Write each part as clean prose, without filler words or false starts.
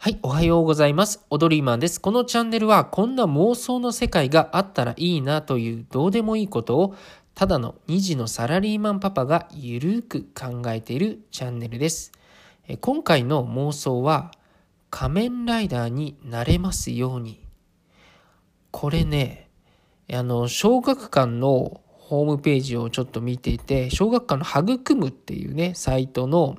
はい、おはようございます。オドリーマンです。このチャンネルはこんな妄想の世界があったらいいなというどうでもいいことをただの2児のサラリーマンパパがゆるーく考えているチャンネルです。今回の妄想は仮面ライダーになれますように。これね、小学館のホームページをちょっと見ていて、小学館の育むっていうね、サイトの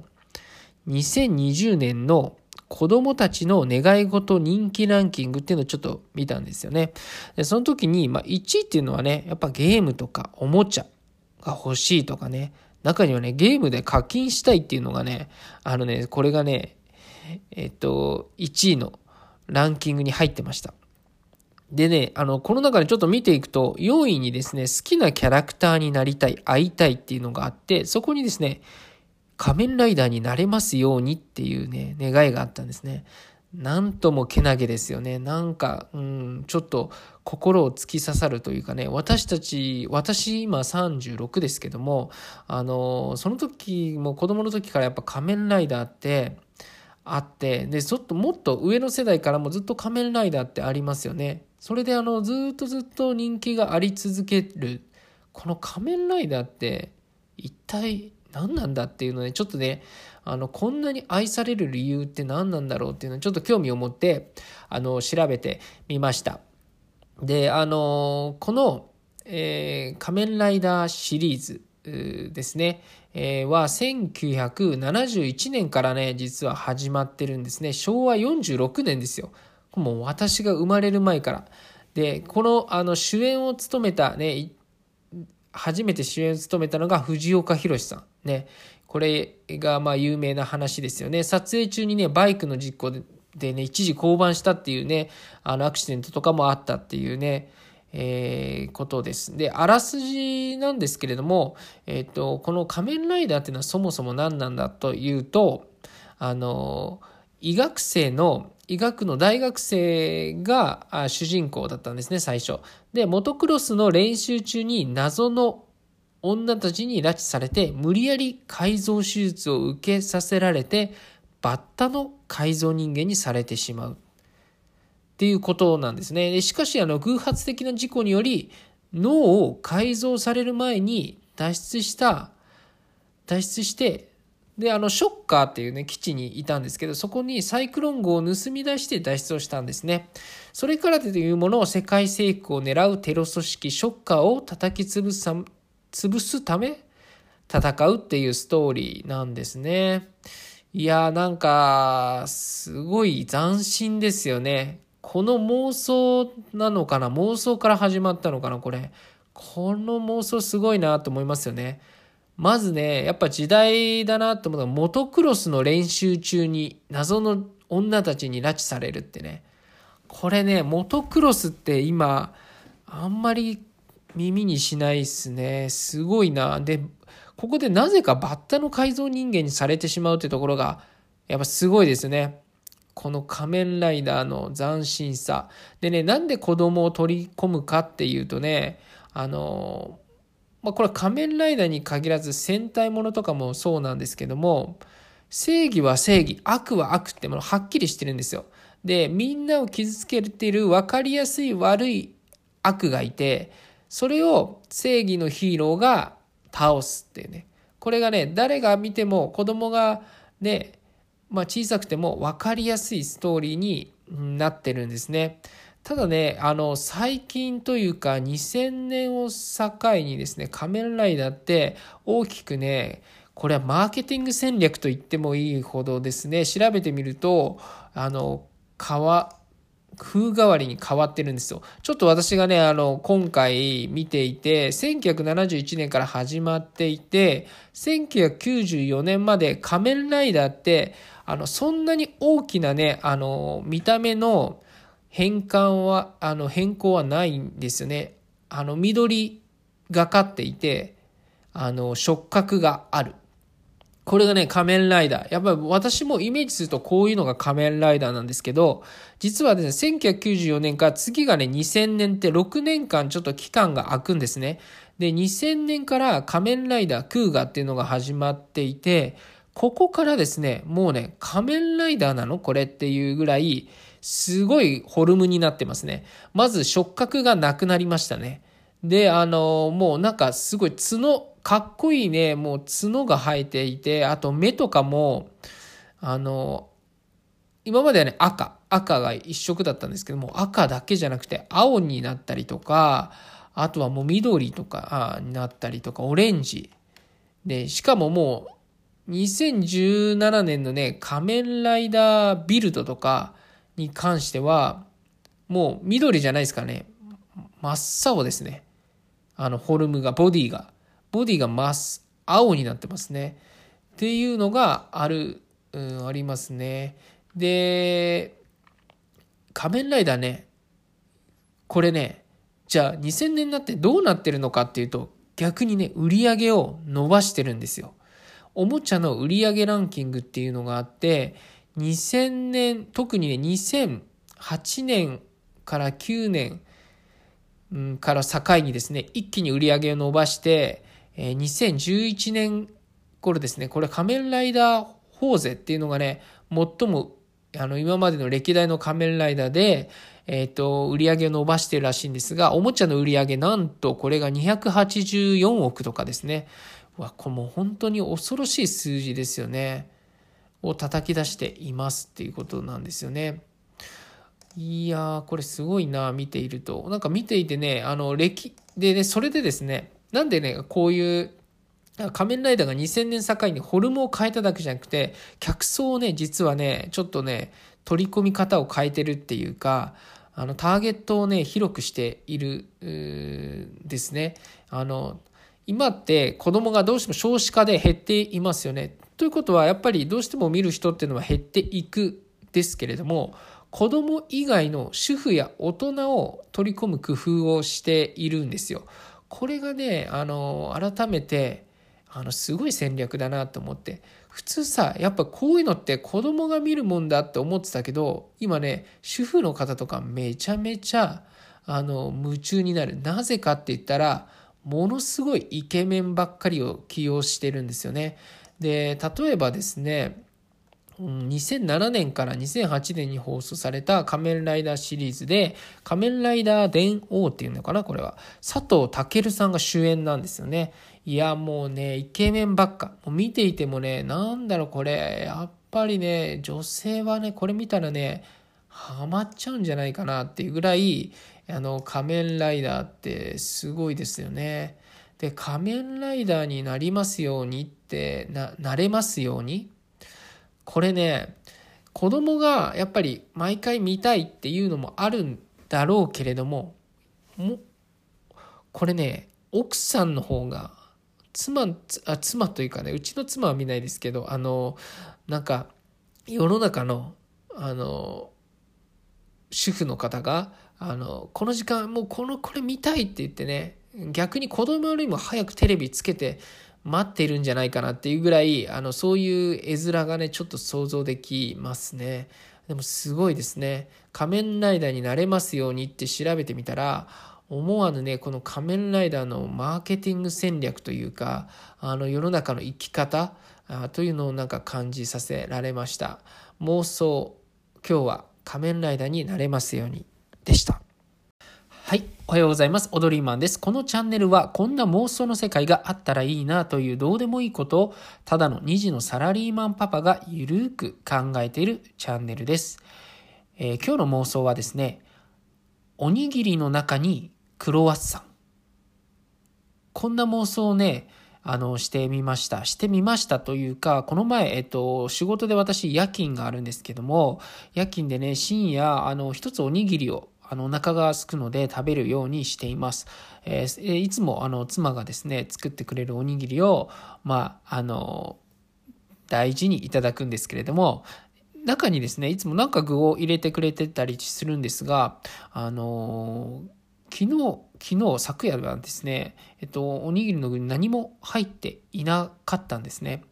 2020年の子供たちの願い事人気ランキングっていうのをちょっと見たんですよね。でその時に、1位っていうのはね、やっぱゲームとかおもちゃが欲しいとかね、中にはね、ゲームで課金したいっていうのがね、これがね、1位のランキングに入ってました。でね、この中でちょっと見ていくと、4位にですね、好きなキャラクターになりたい、会いたいっていうのがあって、そこにですね、仮面ライダーになれますようにっていうね、願いがあったんですね。なんともけなげですよね。なんか、ちょっと心を突き刺さるというかね、私今36ですけども、その時も子供の時からやっぱ仮面ライダーってあって、で、ちょっともっと上の世代からもずっと仮面ライダーってありますよね。それでずっと人気があり続ける、この仮面ライダーって一体何なんだっていうので、ちょっとね、こんなに愛される理由って何なんだろうっていうのにちょっと興味を持って、調べてみました。で、この、仮面ライダーシリーズですね、は1971年からね、実は始まってるんですね。昭和46年ですよ。もう私が生まれる前から。で、この、主演を務めたね、初めて主演を務めたのが藤岡弘さんね。これが有名な話ですよね。撮影中にね、バイクの事故でね、一時降板したっていうね、アクシデントとかもあったっていうね、ことです。で、あらすじなんですけれども、この仮面ライダーっていうのはそもそも何なんだというと、医学の大学生が主人公だったんですね、最初。で、モトクロスの練習中に謎の女たちに拉致されて、無理やり改造手術を受けさせられて、バッタの改造人間にされてしまう。っていうことなんですね。でしかし、偶発的な事故により、脳を改造される前に脱出して、で、ショッカーっていうね、基地にいたんですけど、そこにサイクロン号を盗み出して脱出をしたんですね。それからというものを世界征服を狙うテロ組織ショッカーを叩き潰すため戦うっていうストーリーなんですね。いやーなんか、すごい斬新ですよね。この妄想なのかな、妄想から始まったのかな、これ。この妄想すごいなと思いますよね。まずね、やっぱ時代だなと思うのが、モトクロスの練習中に謎の女たちに拉致されるってね。これね、モトクロスって今、あんまり耳にしないっすね。すごいな。で、ここでなぜかバッタの改造人間にされてしまうってところが、やっぱすごいですね。この仮面ライダーの斬新さ。でね、なんで子供を取り込むかっていうとね、これは仮面ライダーに限らず戦隊ものとかもそうなんですけども、正義は正義、悪は悪ってものはっきりしてるんですよ。で、みんなを傷つけている分かりやすい悪い悪がいて、それを正義のヒーローが倒すっていうね。これがね、誰が見ても子供がね、小さくても分かりやすいストーリーになってるんですね。ただね、最近というか2000年を境にですね、仮面ライダーって大きくね、これはマーケティング戦略と言ってもいいほどですね、調べてみると、風変わりに変わってるんですよ。ちょっと私がね、今回見ていて、1971年から始まっていて、1994年まで仮面ライダーって、そんなに大きなね、見た目の変更はないんですよね。緑がかっていて、触覚がある。これがね、仮面ライダー。やっぱり私もイメージするとこういうのが仮面ライダーなんですけど、実はですね、1994年から次がね、2000年って6年間ちょっと期間が空くんですね。で、2000年から仮面ライダークーガっていうのが始まっていて、 ここからですね、もうね、仮面ライダーなのこれっていうぐらい、すごいフォルムになってますね。まず触覚がなくなりましたね。で、もうなんかすごい角、かっこいいね、もう角が生えていて、あと目とかも、今まではね、赤が一色だったんですけども、赤だけじゃなくて青になったりとか、あとはもう緑とかになったりとか、オレンジ。で、しかももう、2017年のね、仮面ライダービルドとかに関しては、もう緑じゃないですかね。真っ青ですね。フォルムが、ボディが青になってますね。っていうのがありますね。で、仮面ライダーね、これね、じゃあ2000年になってどうなってるのかっていうと、逆にね、売り上げを伸ばしてるんですよ。おもちゃの売り上げランキングっていうのがあって、2000年、特にね、2008年から9年から境にですね、一気に売り上げを伸ばして、2011年頃ですね、これ仮面ライダーフォーゼっていうのがね、最も今までの歴代の仮面ライダーで、売り上げを伸ばしているらしいんですが、おもちゃの売り上げなんとこれが284億とかですね。これもう本当に恐ろしい数字ですよね。を叩き出していますっていうことなんですよね。いやー、これすごいな、見ていると。なんか見ていてね、でね、それでですね、なんでね、こういう仮面ライダーが2000年境にフォルムを変えただけじゃなくて、客層をね、実はね、ちょっとね、取り込み方を変えてるっていうか、ターゲットをね、広くしている、ですね。今って子供がどうしても少子化で減っていますよね。ということは、やっぱりどうしても見る人っていうのは減っていくですけれども、子供以外の主婦や大人を取り込む工夫をしているんですよ。これがね、改めて、すごい戦略だなと思って。普通さ、やっぱこういうのって子供が見るもんだって思ってたけど、今ね、主婦の方とかめちゃめちゃ、夢中になる。なぜかって言ったら、ものすごいイケメンばっかりを起用してるんですよね。で、例えばですね、2007年から2008年に放送された仮面ライダーシリーズで、仮面ライダー電王っていうのかな、これは。佐藤健さんが主演なんですよね。いや、もうね、イケメンばっか。もう見ていてもね、なんだろう、これ、やっぱりね、女性はね、これ見たらね、ハマっちゃうんじゃないかなっていうぐらい、仮面ライダーってすごいですよね。で、仮面ライダーになりますようになれますようにこれね、子供がやっぱり毎回見たいっていうのもあるんだろうけれども、これね、奥さんの方が、妻というかね、うちの妻は見ないですけど、なんか、世の中の、主婦の方が、この時間、もうこれ見たいって言ってね、逆に子供よりも早くテレビつけて待っているんじゃないかなっていうぐらい、そういう絵面がね、ちょっと想像できますね。でもすごいですね。仮面ライダーになれますようにって調べてみたら、思わぬね、この仮面ライダーのマーケティング戦略というか、世の中の生き方というのをなんか感じさせられました。妄想、今日は仮面ライダーになれますようにでした。はい。おはようございます。オドリーマンです。このチャンネルはこんな妄想の世界があったらいいなというどうでもいいことをただの2児のサラリーマンパパがゆるーく考えているチャンネルです。今日の妄想はですね、おにぎりの中にクロワッサン。こんな妄想をね、してみましたというか、この前、仕事で私夜勤があるんですけども、夜勤でね、深夜、一つおにぎりをお腹が空くので食べるようにしています。いつも妻がですね作ってくれるおにぎりを大事にいただくんですけれども、中にですねいつもなんか具を入れてくれてたりするんですが、昨夜はですね、おにぎりの具に何も入っていなかったんですね。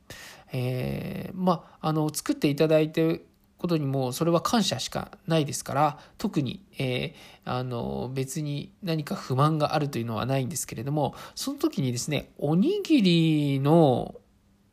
作っていただいてことにもそれは感謝しかないですから、特に、別に何か不満があるというのはないんですけれども、その時にですね、おにぎりの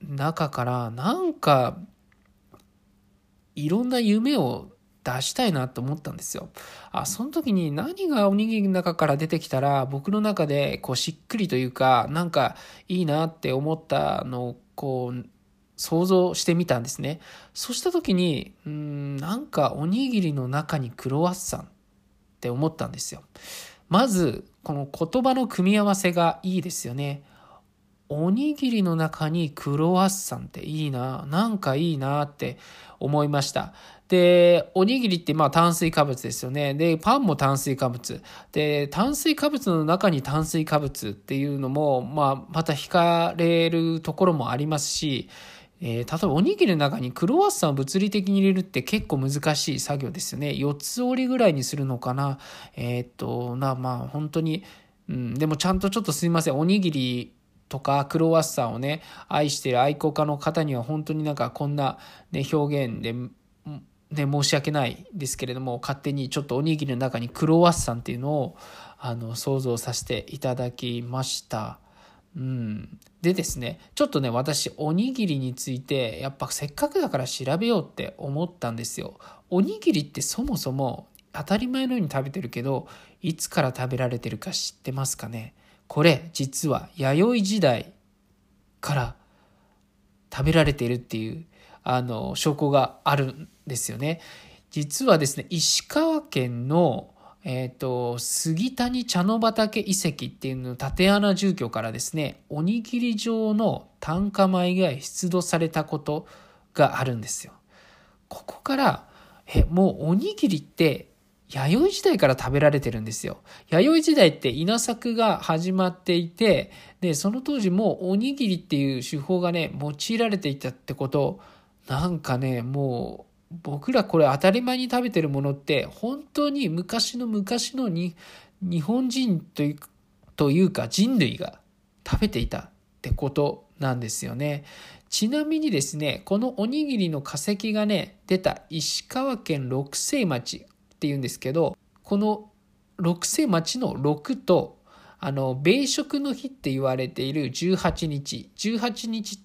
中からなんかいろんな夢を出したいなと思ったんですよ。その時に何がおにぎりの中から出てきたら僕の中でこうしっくりというかなんかいいなって思ったのをこう想像してみたんですね。そうした時になんかおにぎりの中にクロワッサンって思ったんですよ。まずこの言葉の組み合わせがいいですよね。おにぎりの中にクロワッサンっていいな、なんかいいなって思いました。で、おにぎりって炭水化物ですよね。で、パンも炭水化物。で、炭水化物の中に炭水化物っていうのも、また惹かれるところもありますし、例えばおにぎりの中にクロワッサンを物理的に入れるって結構難しい作業ですよね。4つ折りぐらいにするのかな。本当に、でもちゃんとちょっとすいません。おにぎりとかクロワッサンをね愛している愛好家の方には本当になんかこんな、ね、表現で、ね、申し訳ないですけれども勝手にちょっとおにぎりの中にクロワッサンっていうのを想像させていただきました。でですねちょっとね私おにぎりについてやっぱせっかくだから調べようって思ったんですよ。おにぎりってそもそも当たり前のように食べてるけどいつから食べられてるか知ってますかね。これ実は弥生時代から食べられているっていう証拠があるんですよね。実はですね石川県の杉谷茶の畑遺跡っていうの竪穴住居からですねおにぎり状の炭化米が出土されたことがあるんですよ。ここからもうおにぎりって弥生時代から食べられてるんですよ。弥生時代って稲作が始まっていて、で、その当時もおにぎりっていう手法がね、用いられていたってこと、なんかね、もう、僕らこれ当たり前に食べてるものって、本当に昔の日本人というか人類が食べていたってことなんですよね。ちなみにですね、このおにぎりの化石がね、出た石川県六星町っていうんですけど、この六星町の6と、米食の日って言われている18日。18日って、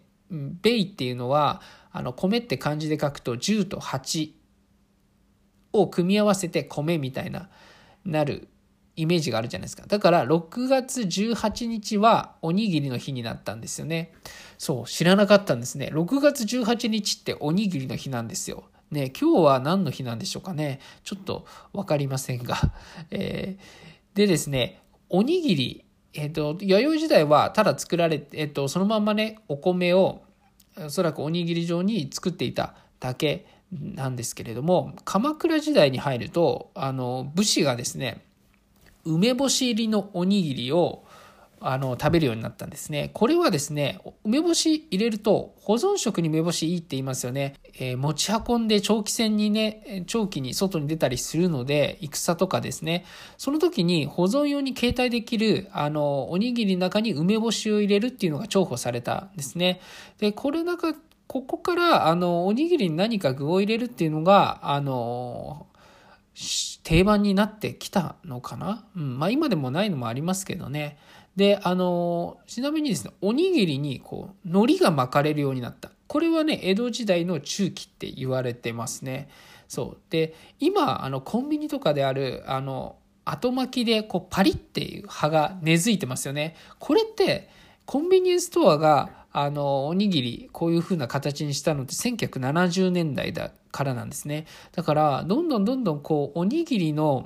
米っていうのは、米って漢字で書くと10と8を組み合わせて米みたいなるイメージがあるじゃないですか。だから6月18日はおにぎりの日になったんですよね。そう、知らなかったんですね。6月18日っておにぎりの日なんですよ。ね、今日は何の日なんでしょうかね。ちょっとわかりませんが。でですね、おにぎり、弥生時代はただ作られて、そのまんまね、お米をおそらくおにぎり状に作っていただけなんですけれども、鎌倉時代に入ると、武士がですね、梅干し入りのおにぎりを食べるようになったんですね。これはですね、梅干し入れると保存食に梅干しいいって言いますよね。持ち運んで長期戦にね、長期に外に出たりするので、戦とかですね。その時に保存用に携帯できる、おにぎりの中に梅干しを入れるっていうのが重宝されたんですね。で、ここから、おにぎりに何か具を入れるっていうのが、定番になってきたのかな。今でもないのもありますけどね。で、ちなみにですね、おにぎりに海苔が巻かれるようになった。これはね、江戸時代の中期って言われてますね。そう。で、今、コンビニとかである、後巻きでパリっていう葉が根付いてますよね。これって、コンビニエンスストアが、おにぎり、こういう風な形にしたのって1970年代だからなんですね。だから、どんどんおにぎりの、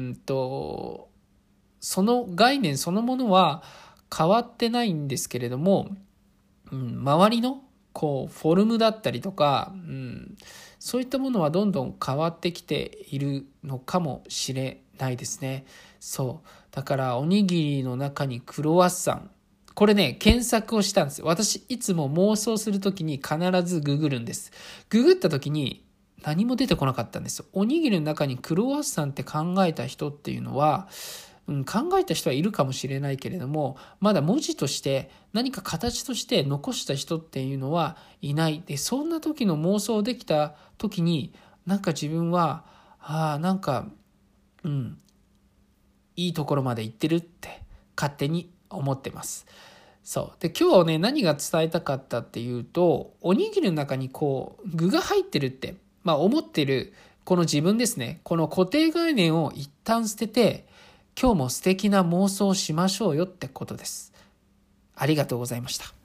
その概念そのものは変わってないんですけれども、周りのフォルムだったりとか、そういったものはどんどん変わってきているのかもしれないですね。そう。だからおにぎりの中にクロワッサン。これね、検索をしたんですよ。私いつも妄想するときに必ずググるんです。ググったときに何も出てこなかったんですよ。おにぎりの中にクロワッサンって考えた人っていうのは、考えた人はいるかもしれないけれども、まだ文字として何か形として残した人っていうのはいない。で、そんな時の妄想できた時に、なんか自分は、いいところまで行ってるって勝手に思ってます。 そう。で、今日ね、何が伝えたかったっていうと、おにぎりの中に具が入ってるって、思ってる、この自分ですね。この固定概念を一旦捨てて、今日も素敵な妄想をしましょうよってことです。ありがとうございました。